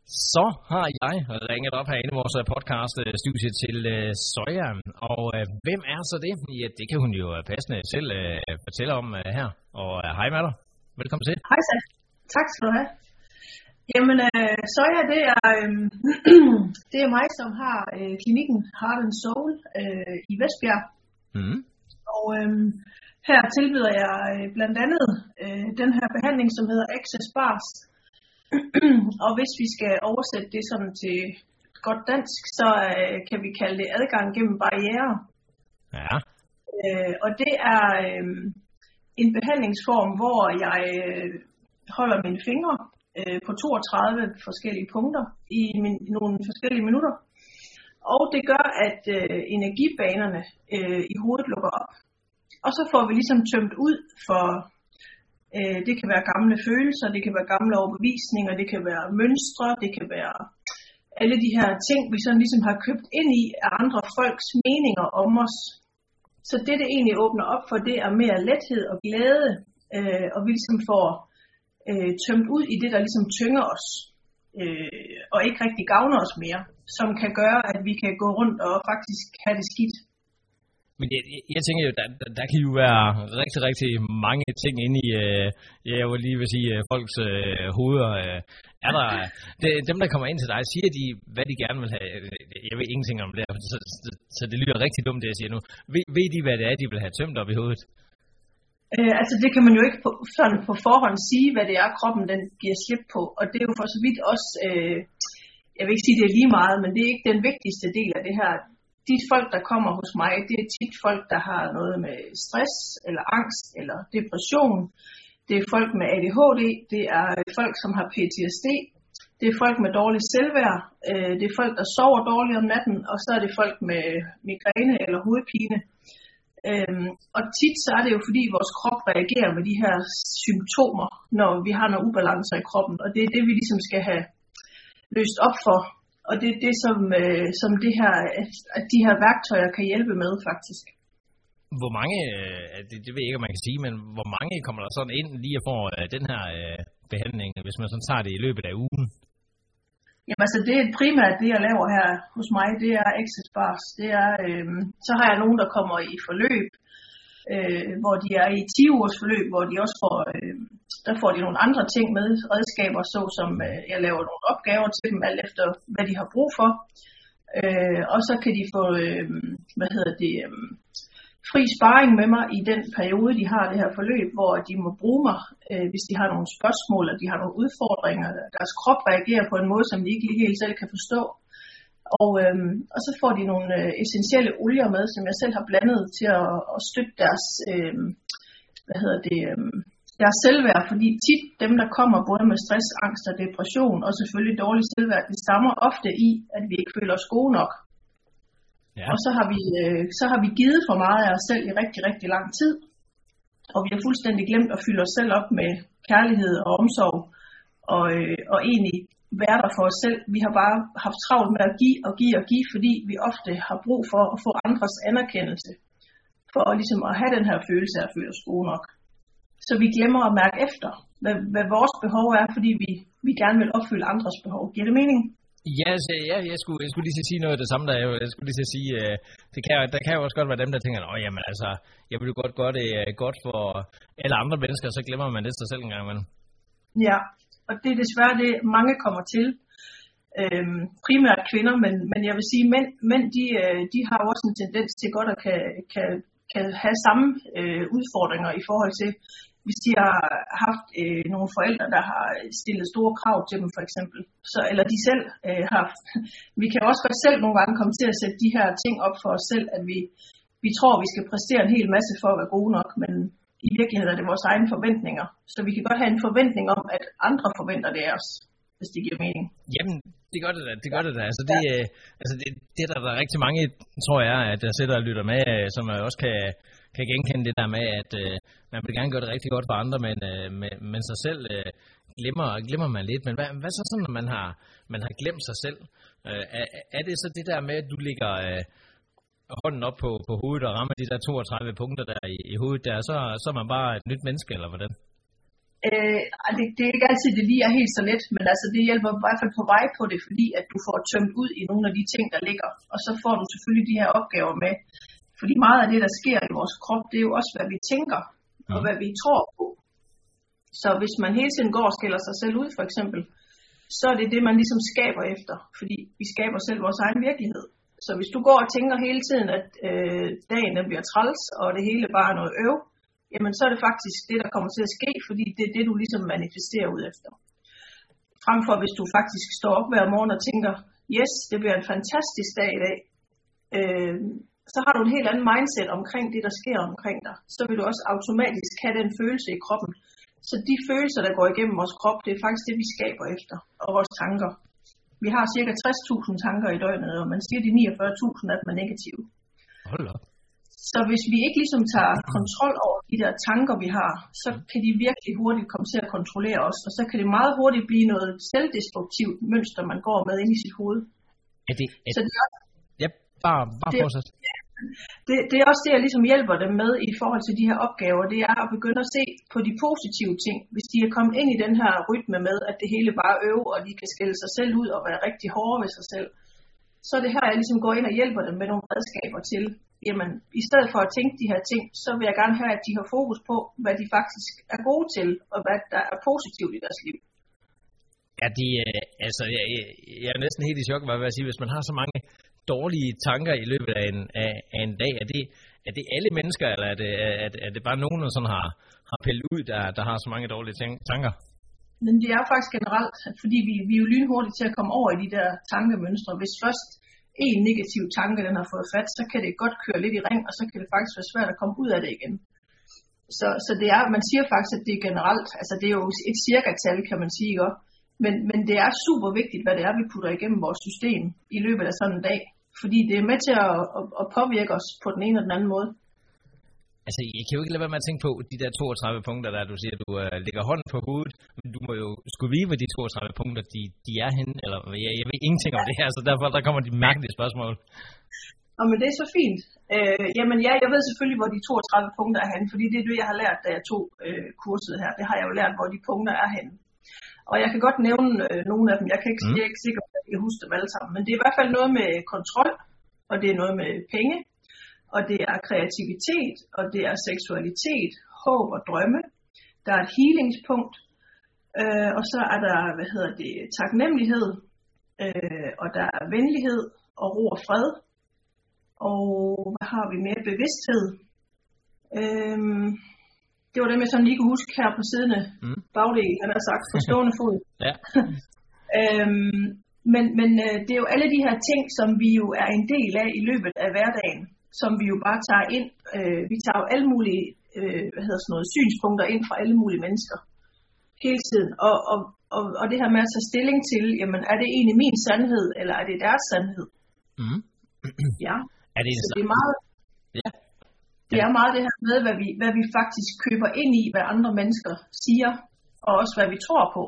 Så har jeg ringet op herinde i vores podcast-studie til Zoya, og hvem er så det? Ja, det kan hun jo passende selv fortælle om her, og hej med dig. Velkommen til. Hej så. Tak skal du have. Jamen, Zoya, det er mig, som har klinikken Heart and Soul i Vestbjerg. Mm. Og her tilbyder jeg blandt andet den her behandling, som hedder Access Bars. Og hvis vi skal oversætte det sådan til godt dansk, så kan vi kalde det adgang gennem barrierer. Ja. Og det er en behandlingsform, hvor jeg holder mine fingre på 32 forskellige punkter i nogle forskellige minutter. Og det gør, at energibanerne i hovedet lukker op. Og så får vi ligesom tømt ud for, det kan være gamle følelser, det kan være gamle overbevisninger, det kan være mønstre, det kan være alle de her ting, vi sådan ligesom har købt ind i af andre folks meninger om os. Så det egentlig åbner op for, det er mere lethed og glæde, og vi ligesom får tømt ud i det, der ligesom tynger os, og ikke rigtig gavner os mere, som kan gøre, at vi kan gå rundt og faktisk have det skidt. Men jeg tænker jo, der kan jo være rigtig, rigtig mange ting inde i, jeg vil lige vil sige, folks hoveder. Er der, dem, der kommer ind til dig, siger de, hvad de gerne vil have? Jeg ved ingenting om det, så det lyder rigtig dumt, det jeg siger nu. Ved de, hvad det er, de vil have tømt op i hovedet? Altså det kan man jo ikke sådan på forhånd sige, hvad det er, kroppen den giver slip på. Og det er jo for så vidt også, jeg vil ikke sige, det er lige meget, men det er ikke den vigtigste del af det her. De folk, der kommer hos mig, det er tit folk, der har noget med stress, eller angst, eller depression. Det er folk med ADHD, det er folk, som har PTSD, det er folk med dårlig selvværd, det er folk, der sover dårligt om natten, og så er det folk med migræne eller hovedpine. Og tit så er det jo fordi, vores krop reagerer med de her symptomer, når vi har nogle ubalancer i kroppen, og det er det, vi ligesom skal have løst op for. Og det er det, som det her, at de her værktøjer kan hjælpe med, faktisk. Hvor mange, det ved jeg ikke, om man kan sige, men hvor mange kommer der sådan ind lige at få den her behandling, hvis man sådan tager det i løbet af ugen? Jamen altså, det er primært det, jeg laver her hos mig, det er Access Bars. Det er, så har jeg nogen, der kommer i forløb, hvor de er i 10 ugers forløb, hvor de også får, der får de nogle andre ting med, redskaber, såsom jeg laver nogle opgaver til dem, alt efter hvad de har brug for. Og så kan de få, fri sparring med mig i den periode, de har det her forløb, hvor de må bruge mig, hvis de har nogle spørgsmål, eller de har nogle udfordringer. Deres krop reagerer på en måde, som de ikke lige helt selv kan forstå. Og så får de nogle essentielle olier med, som jeg selv har blandet til at støtte deres, deres selvværd. Fordi tit dem, der kommer både med stress, angst og depression, og selvfølgelig dårlig selvværd, det stammer ofte i, at vi ikke føler os gode nok. Ja. Og så har vi givet for meget af os selv i rigtig, rigtig lang tid. Og vi har fuldstændig glemt at fylde os selv op med kærlighed og omsorg. Og egentlig være der for os selv. Vi har bare haft travlt med at give, fordi vi ofte har brug for at få andres anerkendelse. For ligesom at have den her følelse af at føle os gode nok. Så vi glemmer at mærke efter, hvad vores behov er, fordi vi gerne vil opfylde andres behov. Giver det mening? Ja, jeg skulle lige sige noget af det samme, jeg skulle lige sige, der kan jo også godt være dem, der tænker, jamen altså, jeg vil jo godt gøre det godt for alle andre mennesker, så glemmer man det sig selv en gang imellem. Ja, og det er desværre det, mange kommer til. Primært kvinder, men jeg vil sige, mænd de har jo også en tendens til godt at kan have samme udfordringer i forhold til, hvis de har haft nogle forældre, der har stillet store krav til dem, for eksempel. Eller de selv har. Vi kan også godt selv nogle gange komme til at sætte de her ting op for os selv, at vi tror, at vi skal præstere en hel masse for at være gode nok, men i virkeligheden er det vores egne forventninger. Så vi kan godt have en forventning om, at andre forventer det af os, hvis det giver mening. Jamen, det gør det da. Altså, det er der rigtig mange, tror jeg, at der sidder og lytter med, som også kan genkende det der med, at man vil gerne gøre det rigtig godt for andre, men sig selv glemmer man lidt. Men hvad så sådan, når man har glemt sig selv? Er det så det der med, at du ligger hånden op på hovedet og rammer de der 32 punkter der i hovedet der, så er man bare et nyt menneske, eller hvordan? Det er ikke altid, det lige er helt så let, men altså det hjælper i hvert fald på vej på det, fordi at du får tømt ud i nogle af de ting, der ligger. Og så får du selvfølgelig de her opgaver med. Fordi meget af det, der sker i vores krop, det er jo også, hvad vi tænker og hvad vi tror på. Så hvis man hele tiden går og skælder sig selv ud, for eksempel, så er det det, man ligesom skaber efter. Fordi vi skaber selv vores egen virkelighed. Så hvis du går og tænker hele tiden, at dagen den bliver træls, og det hele bare er noget øv, jamen så er det faktisk det, der kommer til at ske, fordi det er det, du ligesom manifesterer ud efter. Fremfor hvis du faktisk står op hver morgen og tænker, yes, det bliver en fantastisk dag i dag, så har du en helt anden mindset omkring det, der sker omkring dig. Så vil du også automatisk have den følelse i kroppen. Så de følelser, der går igennem vores krop, det er faktisk det, vi skaber efter, og vores tanker. Vi har cirka 60.000 tanker i døgnet, og man siger, de 49.000 af dem er negative. Hold op. Så hvis vi ikke ligesom tager kontrol over de der tanker, vi har, så kan de virkelig hurtigt komme til at kontrollere os, og så kan det meget hurtigt blive noget selvdestruktivt mønster, man går med ind i sit hoved. Så det er også, ja, bare fortsæt. Det er også det, jeg ligesom hjælper dem med i forhold til de her opgaver, det er at begynde at se på de positive ting. Hvis de er kommet ind i den her rytme med, at det hele bare øver, og de kan skælde sig selv ud og være rigtig hårde ved sig selv, så er det her, jeg ligesom går ind og hjælper dem med nogle redskaber til. Jamen, i stedet for at tænke de her ting, så vil jeg gerne have, at de har fokus på, hvad de faktisk er gode til, og hvad der er positivt i deres liv. Ja, jeg er næsten helt i chok, hvad jeg sige, hvis man har så mange dårlige tanker i løbet af en dag. Er det alle mennesker, eller er det bare nogen, der sådan har pillet ud, der har så mange dårlige tanker? Men det er faktisk generelt, fordi vi er jo lynhurtige til at komme over i de der tankemønstre. Hvis først en negativ tanke, den har fået fat, så kan det godt køre lidt i ring, og så kan det faktisk være svært at komme ud af det igen. Så det er, man siger faktisk, at det er generelt, altså det er jo et cirka-tal, kan man sige, ikke? Men det er super vigtigt, hvad det er, vi putter igennem vores system i løbet af sådan en dag. Fordi det er med til at påvirke os på den ene og den anden måde. Altså, jeg kan jo ikke lade være med at tænke på de der 32 punkter, der du siger, du lægger hånden på hovedet, men du må jo skulle vide, hvor de 32 punkter, de er henne, eller jeg ved ingenting om det her, så derfor der kommer de mærkelige spørgsmål. Men det er så fint. Jamen ja, jeg ved selvfølgelig, hvor de 32 punkter er henne, fordi det er det, jeg har lært, da jeg tog kurset her. Det har jeg jo lært, hvor de punkter er henne. Og jeg kan godt nævne nogle af dem. Jeg er ikke sikker på, at jeg kan huske dem alle sammen. Men det er i hvert fald noget med kontrol, og det er noget med penge, og det er kreativitet, og det er seksualitet, håb og drømme. Der er et healingspunkt, og så er der, taknemmelighed, og der er venlighed og ro og fred. Og hvad har vi mere? Bevidsthed. Det var dem, jeg sådan lige kunne huske her på siden af bagdelen, han har sagt, på stående fod. Ja. Men det er jo alle de her ting, som vi jo er en del af i løbet af hverdagen, som vi jo bare tager ind. Vi tager jo alle mulige synspunkter ind fra alle mulige mennesker hele tiden. Og det her med at tage stilling til, jamen er det egentlig min sandhed, eller er det deres sandhed? Ja. Er det så det er meget... Ja. Det er meget det her med, hvad vi faktisk køber ind i, hvad andre mennesker siger, og også hvad vi tror på.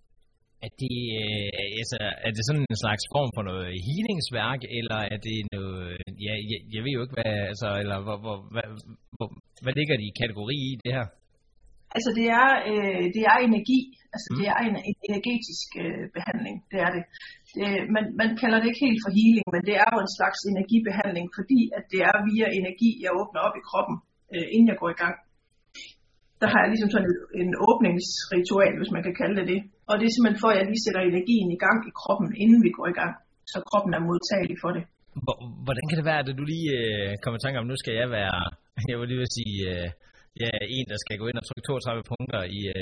Er det sådan en slags form for noget healingsværk, eller er det noget, jeg ved jo ikke, eller hvad ligger de i kategori i det her? Altså det er energi, altså det er en energetisk behandling, det er det. Man kalder det ikke helt for healing, men det er jo en slags energibehandling, fordi at det er via energi, jeg åbner op i kroppen, inden jeg går i gang. Der har jeg ligesom sådan en åbningsritual, hvis man kan kalde det det. Og det er simpelthen for, at jeg lige sætter energien i gang i kroppen, inden vi går i gang, så kroppen er modtagelig for det. Hvordan kan det være, at du lige kommer i tanke om, nu skal jeg være, jeg vil lige vil sige, en, der skal gå ind og trykke 32 punkter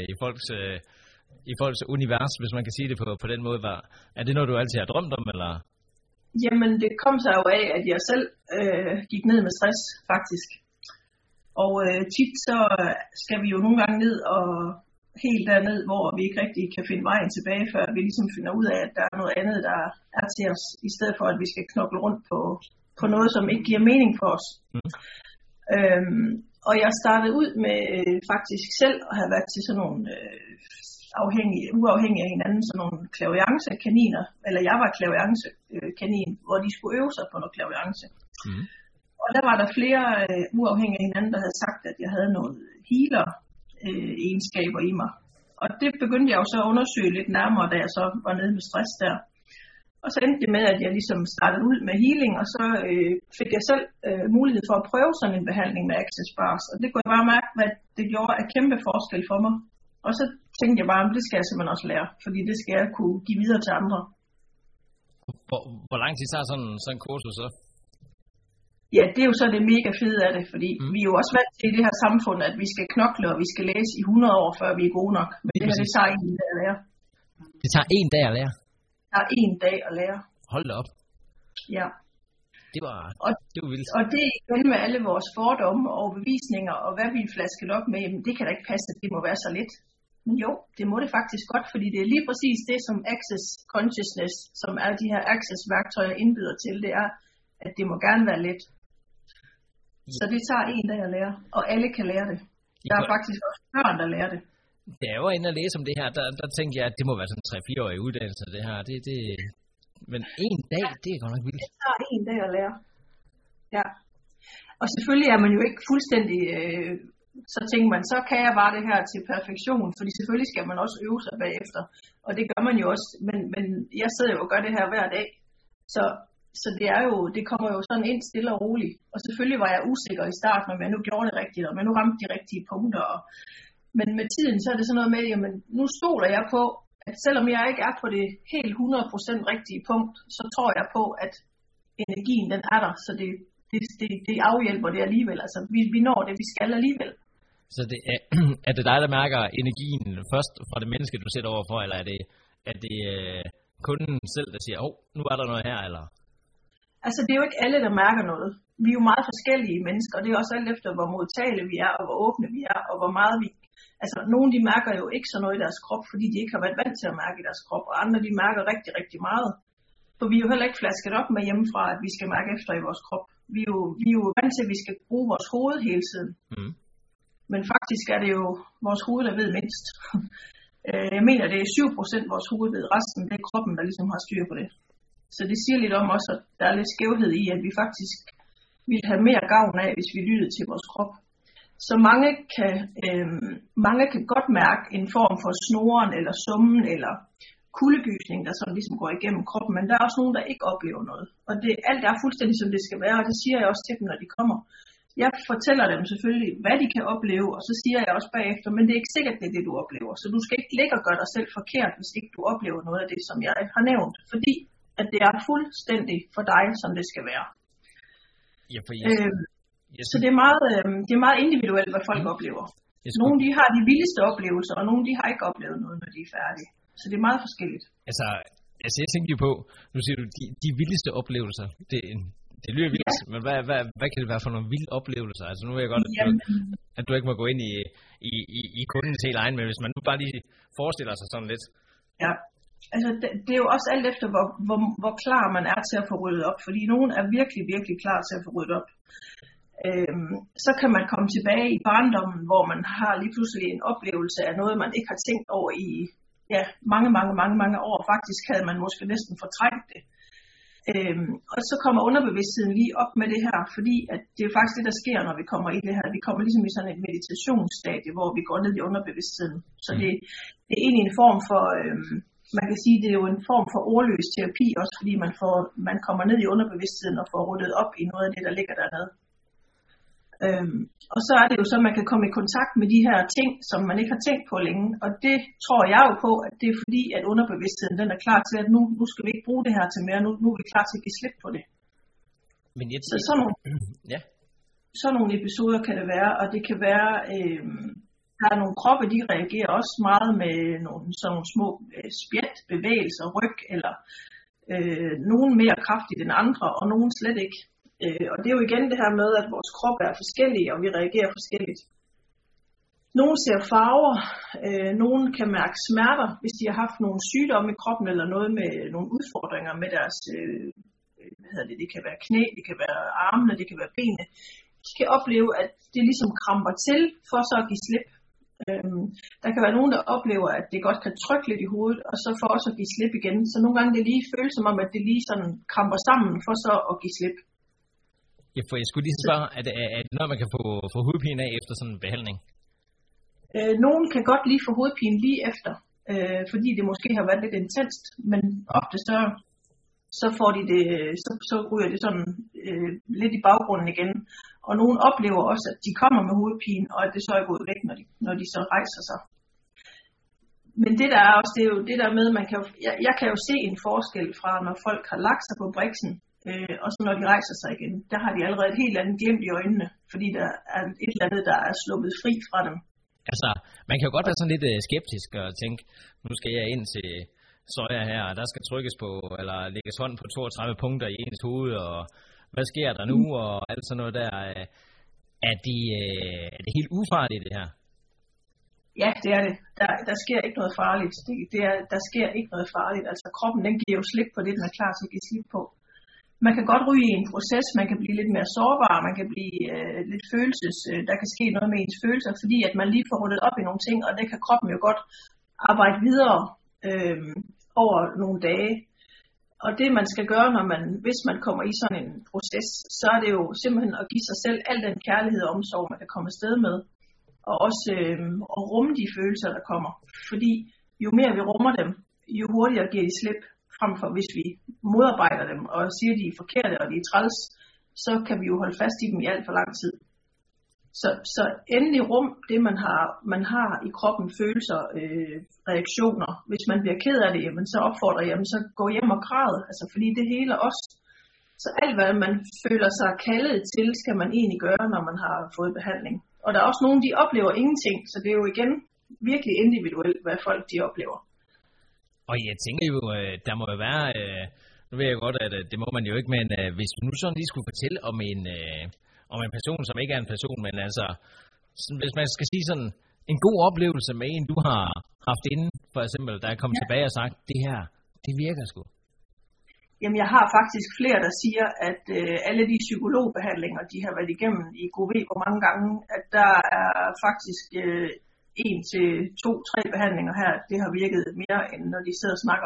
i folks univers, hvis man kan sige det på den måde. Er det noget, du altid har drømt om, eller? Jamen, det kom sig jo af, at jeg selv gik ned med stress, faktisk. Og tit så skal vi jo nogle gange ned og helt derned, hvor vi ikke rigtig kan finde vejen tilbage, før vi ligesom finder ud af, at der er noget andet, der er til os, i stedet for, at vi skal knokle rundt på noget, som ikke giver mening for os. Og jeg startede ud med faktisk selv at have været til sådan nogle uafhængige af hinanden, sådan nogle clairvoyance-kaniner, eller jeg var clairvoyance-kanin, hvor de skulle øve sig på noget clairvoyance. Og der var der flere uafhængige af hinanden, der havde sagt, at jeg havde noget healer-egenskaber i mig. Og det begyndte jeg jo så at undersøge lidt nærmere, da jeg så var nede med stress der. Og så endte det med, at jeg ligesom startede ud med healing, og så fik jeg selv mulighed for at prøve sådan en behandling med Access Bars. Og det kunne jeg bare mærke, hvad det gjorde af kæmpe forskel for mig. Og så tænkte jeg bare, at det skal jeg simpelthen også lære, fordi det skal jeg kunne give videre til andre. Hvor lang tid tager sådan en kursus så? Ja, det er jo så det mega fede af det, fordi vi er jo også vant til i det her samfund, at vi skal knokle, og vi skal læse i 100 år, før vi er gode nok. Men det her, det tager en dag at lære. Det tager en dag at lære? Det tager en dag at lære. Hold da op. Ja. Det var vildt. Og det er igen med alle vores fordomme og bevisninger, og hvad vi er flasket op med, jamen, det kan da ikke passe, at det må være så lidt. Men jo, det må det faktisk godt, fordi det er lige præcis det, som Access Consciousness, som er de her Access-værktøjer indbyder til, det er, at det må gerne være let. Så det tager en dag at lære, og alle kan lære det. Der er faktisk også børn, der lærer det. Da jeg var inde og læse om det her, der tænkte jeg, at det må være sådan 3-4-årig uddannelse, det her. Men en dag, det er godt nok vildt. Det tager en dag at lære. Ja. Og selvfølgelig er man jo ikke fuldstændig... så tænker man, så kan jeg bare det her til perfektion, fordi selvfølgelig skal man også øve sig bagefter. Og det gør man jo også, men jeg sidder jo og gør det her hver dag. Så det kommer jo sådan ind stille og roligt. Og selvfølgelig var jeg usikker i starten, om jeg nu gjorde det rigtigt, og jeg nu ramte de rigtige punkter. Men med tiden, så er det sådan noget med, jamen nu stoler jeg på, at selvom jeg ikke er på det helt 100% rigtige punkt, så tror jeg på, at energien den er der, så det afhjælper det alligevel. Altså vi når det, vi skal alligevel. Så er det dig, der mærker energien først fra det menneske, du sætter overfor, eller er det kunden selv, der siger, nu er der noget her, eller? Altså, det er jo ikke alle, der mærker noget. Vi er jo meget forskellige mennesker, og det er også alt efter, hvor modtagelige vi er, og hvor åbne vi er, og hvor meget vi... Altså, nogle de mærker jo ikke så noget i deres krop, fordi de ikke har været vant til at mærke i deres krop, og andre de mærker rigtig, rigtig meget. For vi er jo heller ikke flasket op med hjemmefra, at vi skal mærke efter i vores krop. Vi er jo vant til, at vi skal bruge vores hoved hele tiden. Mm. Men faktisk er det jo vores hoved, der ved mindst. Jeg mener, det er 7% vores hoved ved. Resten, det er kroppen, der ligesom har styr på det. Så det siger lidt om også, at der er lidt skævhed i, at vi faktisk ville have mere gavn af, hvis vi lyttede til vores krop. Så mange kan godt mærke en form for snoren, eller summen, eller kuldegysning, der sådan ligesom går igennem kroppen. Men der er også nogen, der ikke oplever noget. Og alt er fuldstændig, som det skal være, og det siger jeg også til dem, når de kommer. Jeg fortæller dem selvfølgelig, hvad de kan opleve, og så siger jeg også bagefter, men det er ikke sikkert, det er det, du oplever. Så du skal ikke ligge og gøre dig selv forkert, hvis ikke du oplever noget af det, som jeg har nævnt. Fordi at det er fuldstændig for dig, som det skal være. Ja, så det er meget individuelt, hvad folk oplever. Nogle de har de vildeste oplevelser, og nogle de har ikke oplevet noget, når de er færdige. Så det er meget forskelligt. Altså jeg tænker jo på, nu siger du, de vildeste oplevelser, det lyder vildt, ja. Men hvad kan det være for nogle vilde oplevelser? Altså nu ved jeg godt, at du ikke må gå ind i kundens helt egen, men hvis man nu bare lige forestiller sig sådan lidt. Ja, altså det er jo også alt efter, hvor klar man er til at få ryddet op, fordi nogen er virkelig, virkelig klar til at få ryddet op. Så kan man komme tilbage i barndommen, hvor man har lige pludselig en oplevelse af noget, man ikke har tænkt over i mange år. Faktisk havde man måske næsten fortrængt det. Og så kommer underbevidstheden lige op med det her, fordi at det er faktisk det, der sker, når vi kommer i det her. Vi kommer ligesom i sådan et meditationsstadie, hvor vi går ned i underbevidstheden. Så det er egentlig en form for, man kan sige, det er jo en form for ordløs terapi, også fordi man kommer ned i underbevidstheden og får ryddet op i noget af det, der ligger dernede. Og så er det jo så, at man kan komme i kontakt med de her ting, som man ikke har tænkt på længe. Og det tror jeg jo på, at det er fordi, at underbevidstheden den er klar til, at nu skal vi ikke bruge det her til mere. Nu er vi klar til at give slip på det. Men så sådan nogle episoder kan det være, og det kan være, der er nogle kroppe, de reagerer også meget med sådan nogle små spjæt, bevægelser, ryg, eller nogen mere kraftigt end andre, og nogen slet ikke. Og det er jo igen det her med, at vores krop er forskellige, og vi reagerer forskelligt. Nogle ser farver, nogle kan mærke smerter, hvis de har haft nogle sygdomme i kroppen, eller noget med nogle udfordringer med deres, det kan være knæ, det kan være armene, det kan være benene. De kan opleve, at det ligesom kramper til, for så at give slip. Der kan være nogen, der oplever, at det godt kan trykke lidt i hovedet, og så for også at give slip igen. Så nogle gange det lige føles som om, at det lige sådan kramper sammen, for så at give slip. Ja, for jeg skulle lige spørge, er det noget, man kan få hovedpine af efter sådan en behandling? Nogen kan godt lige få hovedpine lige efter, fordi det måske har været lidt intenst, men ofte så får de det, så ryger det sådan lidt i baggrunden igen. Og nogen oplever også, at de kommer med hovedpine, og at det så er gået væk, når de så rejser sig. Men det der er også, det er jo det der med, jeg kan jo se en forskel fra, når folk har lagt sig på briksen, og så når de rejser sig igen. Der har de allerede et helt andet glimt i øjnene, fordi der er et eller andet, der er sluppet fri fra dem. Altså, man kan jo godt være sådan lidt skeptisk og tænke, nu skal jeg ind til Soya her, og der skal trykkes på, eller lægges hånd på 32 punkter i ens hoved, og hvad sker der nu, og alt sådan noget der. Er det helt ufarligt, det her? Ja, det er det. Der sker ikke noget farligt. Der sker ikke noget farligt. Altså, kroppen, den giver jo slip på det, den er klar til at give slip på. Man kan godt ryge i en proces, man kan blive lidt mere sårbar, man kan blive lidt der kan ske noget med ens følelser, fordi at man lige får ryddet op i nogle ting, og det kan kroppen jo godt arbejde videre over nogle dage. Og det man skal gøre, hvis man kommer i sådan en proces, så er det jo simpelthen at give sig selv al den kærlighed og omsorg, man kan komme afsted med, og også at rumme de følelser, der kommer. Fordi jo mere vi rummer dem, jo hurtigere giver de slip. Frem for hvis vi modarbejder dem og siger, at de er forkerte og de er træls, så kan vi jo holde fast i dem i alt for lang tid. Så endelig rum det, man har i kroppen, følelser, reaktioner. Hvis man bliver ked af det, jamen, så opfordrer jeg dem, så gå hjem og græd, altså, fordi det hele også. Så alt, hvad man føler sig kaldet til, skal man egentlig gøre, når man har fået behandling. Og der er også nogen, de oplever ingenting, så det er jo igen virkelig individuelt, hvad folk de oplever. Og jeg tænker jo, der må jo være, nu ved jeg godt, at det må man jo ikke, men hvis du nu sådan lige skulle fortælle om en person, som ikke er en person, men altså, hvis man skal sige sådan, en god oplevelse med en, du har haft inden, for eksempel, der er kommet tilbage og sagt, det her, det virker sgu. Jamen, jeg har faktisk flere, der siger, at alle de psykologbehandlinger, de har været igennem i GOV hvor mange gange, at der er faktisk 1 til 2, 3 behandlinger her, det har virket mere, end når de sidder og snakker.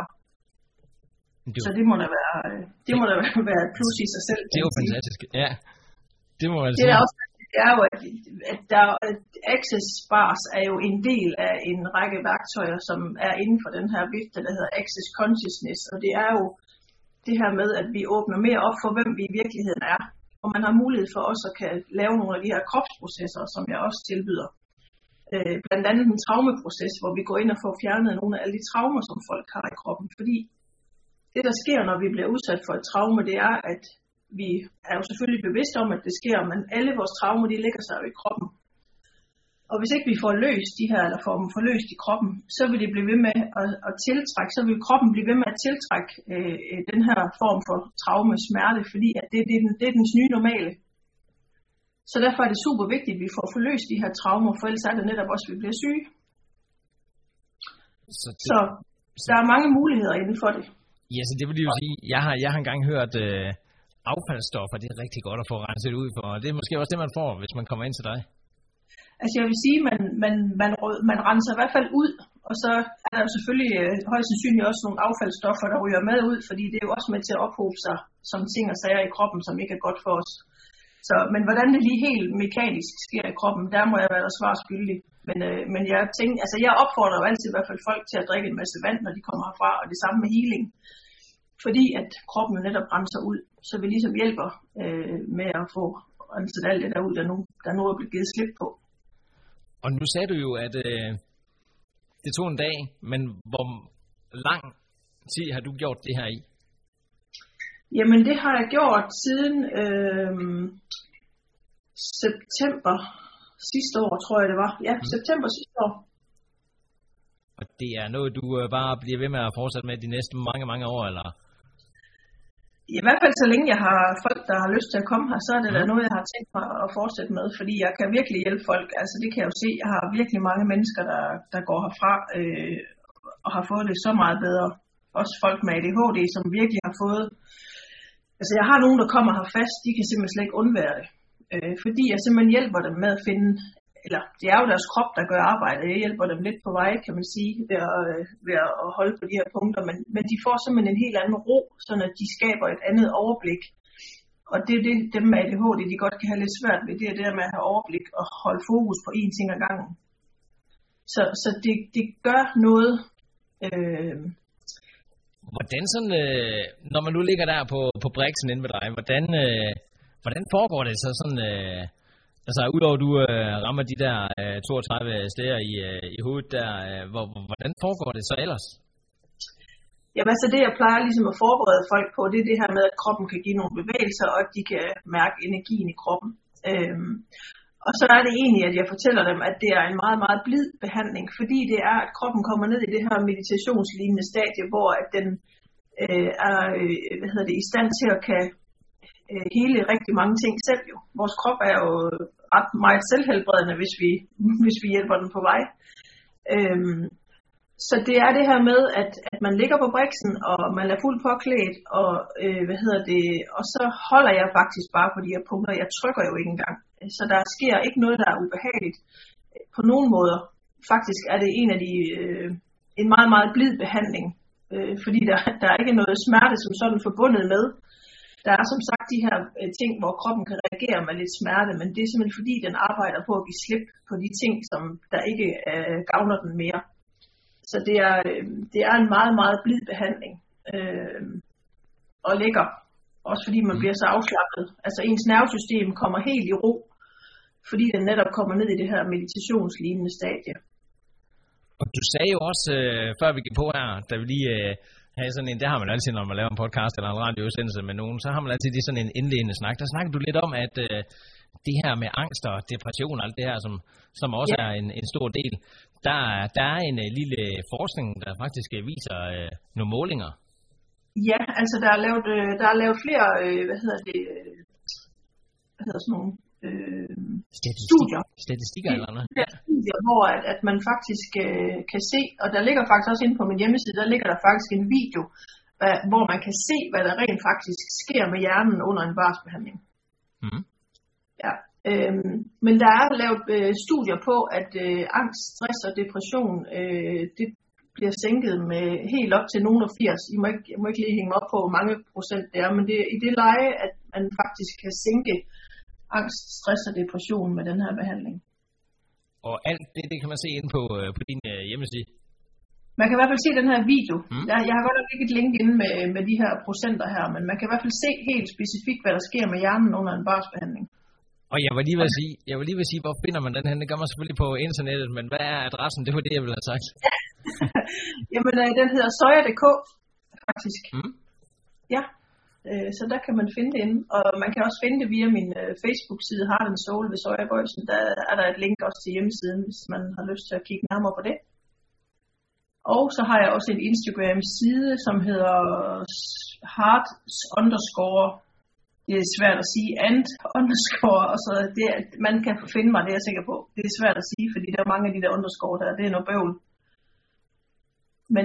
Så det må da være et plus i sig selv. Det er jo fantastisk, ja. Det må man sige. Det er jo, at Access Bars er jo en del af en række værktøjer, som er inden for den her vifte, der hedder Access Consciousness, og det er jo det her med, at vi åbner mere op for, hvem vi i virkeligheden er. Og man har mulighed for også at kan lave nogle af de her kropsprocesser, som jeg også tilbyder. Blandt andet en traumeproces, hvor vi går ind og får fjernet nogle af alle de traumer, som folk har i kroppen. Fordi det, der sker, når vi bliver udsat for et traume, det er, at vi er jo selvfølgelig bevidste om, at det sker, men alle vores traumer, de ligger sig jo i kroppen. Og hvis ikke vi får løst de her, eller får dem forløst i kroppen, så vil det blive ved med at tiltrække, så vil kroppen blive ved med at tiltrække den her form for traume, smerte, fordi at det er dens nye normale. Så derfor er det super vigtigt, at vi får forløst de her traumer, for ellers er det netop også, at vi bliver syge. Så der er mange muligheder inden for det. Ja, så det vil jo sige, jeg har engang hørt affaldsstoffer, det er rigtig godt at få renset ud for, og det er måske også det, man får, hvis man kommer ind til dig. Altså jeg vil sige, man renser i hvert fald ud, og så er der jo selvfølgelig højst sandsynligt også nogle affaldsstoffer, der ryger med ud, fordi det er jo også med til at ophobe sig som ting og sager i kroppen, som ikke er godt for os. Så, men hvordan det lige helt mekanisk sker i kroppen, der må jeg være der svar skyldig. Men jeg tænker, altså jeg opfordrer jo altid i hvert fald folk til at drikke en masse vand, når de kommer herfra, og det samme med healing. Fordi at kroppen netop renser ud, så vi ligesom hjælper med at få renset alt det der ud, der nu er blevet givet slip på. Og nu sagde du jo, at det tog en dag, men hvor lang tid har du gjort det her i? Jamen det har jeg gjort siden september sidste år, tror jeg det var. Ja, september sidste år. Og det er noget, du bare bliver ved med at fortsætte med de næste mange år, eller? I hvert fald så længe jeg har folk, der har lyst til at komme her, så er det da noget, jeg har tænkt mig at fortsætte med, fordi jeg kan virkelig hjælpe folk. Altså det kan jeg jo se, jeg har virkelig mange mennesker, der går herfra og har fået det så meget bedre. Også folk med ADHD, som virkelig har fået. Altså jeg har nogen, der kommer her fast, de kan simpelthen slet ikke undvære det. Fordi jeg simpelthen hjælper dem med at finde, eller det er jo deres krop, der gør arbejdet. Jeg hjælper dem lidt på vej, kan man sige, ved at holde på de her punkter. Men de får simpelthen en helt anden ro, sådan at de skaber et andet overblik. Og det er det, dem med ADHD, de godt kan have lidt svært ved. Det er det med at have overblik og holde fokus på én ting ad gangen. Så det gør noget. Hvordan sådan, når man nu ligger der på briksen inde ved dig, hvordan foregår det så sådan, altså udover du rammer de der 32 steder i hovedet der, hvordan foregår det så ellers? Jamen altså det, jeg plejer ligesom at forberede folk på, det er det her med, at kroppen kan give nogle bevægelser, og at de kan mærke energien i kroppen. Og så er det egentlig, at jeg fortæller dem, at det er en meget, meget blid behandling, fordi det er, at kroppen kommer ned i det her meditationslignende stadie, hvor at den er i stand til at kan hele rigtig mange ting selv jo. Vores krop er jo ret meget selvhelbredende, hvis vi hjælper den på vej. Så det er det her med, at man ligger på briksen, og man er fuldt påklædt, og og så holder jeg faktisk bare på de her punkter. Jeg trykker jo ikke engang. Så der sker ikke noget, der er ubehageligt på nogen måder. Faktisk er det en meget, meget blid behandling, fordi der er ikke noget smerte som sådan forbundet med. Der er som sagt de her ting, hvor kroppen kan reagere med lidt smerte, men det er simpelthen fordi, den arbejder på at give slip på de ting, som der ikke gavner den mere. Så det er en meget, meget blid behandling, og lækker. Også fordi man bliver så afslappet. Altså ens nervesystem kommer helt i ro, fordi den netop kommer ned i det her meditationslignende stadie. Og du sagde jo også, før vi gik på her, da vi lige havde sådan en, det har man altid, når man laver en podcast eller en radioudsendelse med nogen, så har man altid sådan en indledende snak. Der snakker du lidt om, at det her med angst og depression og alt det her, som også er en stor del, der er en lille forskning, der faktisk viser nogle målinger. Ja, altså der er lavet flere, studier. Statistikker eller noget? Ja, studier, hvor at man faktisk kan se, og der ligger faktisk også inde på min hjemmeside, der ligger der faktisk en video, hvor man kan se, hvad der rent faktisk sker med hjernen under en barsbehandling. Mm. Ja, men der er lavet studier på, at angst, stress og depression, det bliver sænket med helt op til nogen af 80. Jeg må ikke lige hænge op på, hvor mange procent det er, men det er i det leje, at man faktisk kan sænke angst, stress og depression med den her behandling. Og alt det kan man se inde på din hjemmeside? Man kan i hvert fald se den her video. Jeg har godt nok ikke et link inde med de her procenter her, men man kan i hvert fald se helt specifikt, hvad der sker med hjernen under en barsbehandling. Og jeg var lige ved at sige, hvor finder man den her? Det gør man selvfølgelig på internettet, men hvad er adressen? Det var det, jeg ville have sagt. Jamen, den hedder soja.dk, faktisk. Mm. Ja, så der kan man finde det inde. Og man kan også finde det via min Facebook-side, Heart and Soul ved Soja Boysen. Der er der et link også til hjemmesiden, hvis man har lyst til at kigge nærmere på det. Og så har jeg også en Instagram-side, som hedder Heart _ det er svært at sige, _ og så man kan finde mig, det er jeg sikker på. Det er svært at sige, fordi der er mange af de der underscore der, det er noget bøvl. Men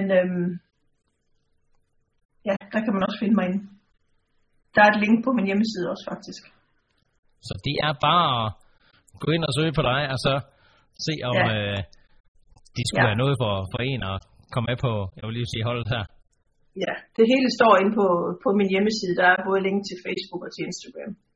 ja, der kan man også finde mig inde. Der er et link på min hjemmeside også, faktisk. Så det er bare at gå ind og søge på dig, og så se om det skulle være noget for en at komme med på, jeg vil lige sige, holdet her. Ja, det hele står inde på min hjemmeside. Der er både link til Facebook og til Instagram.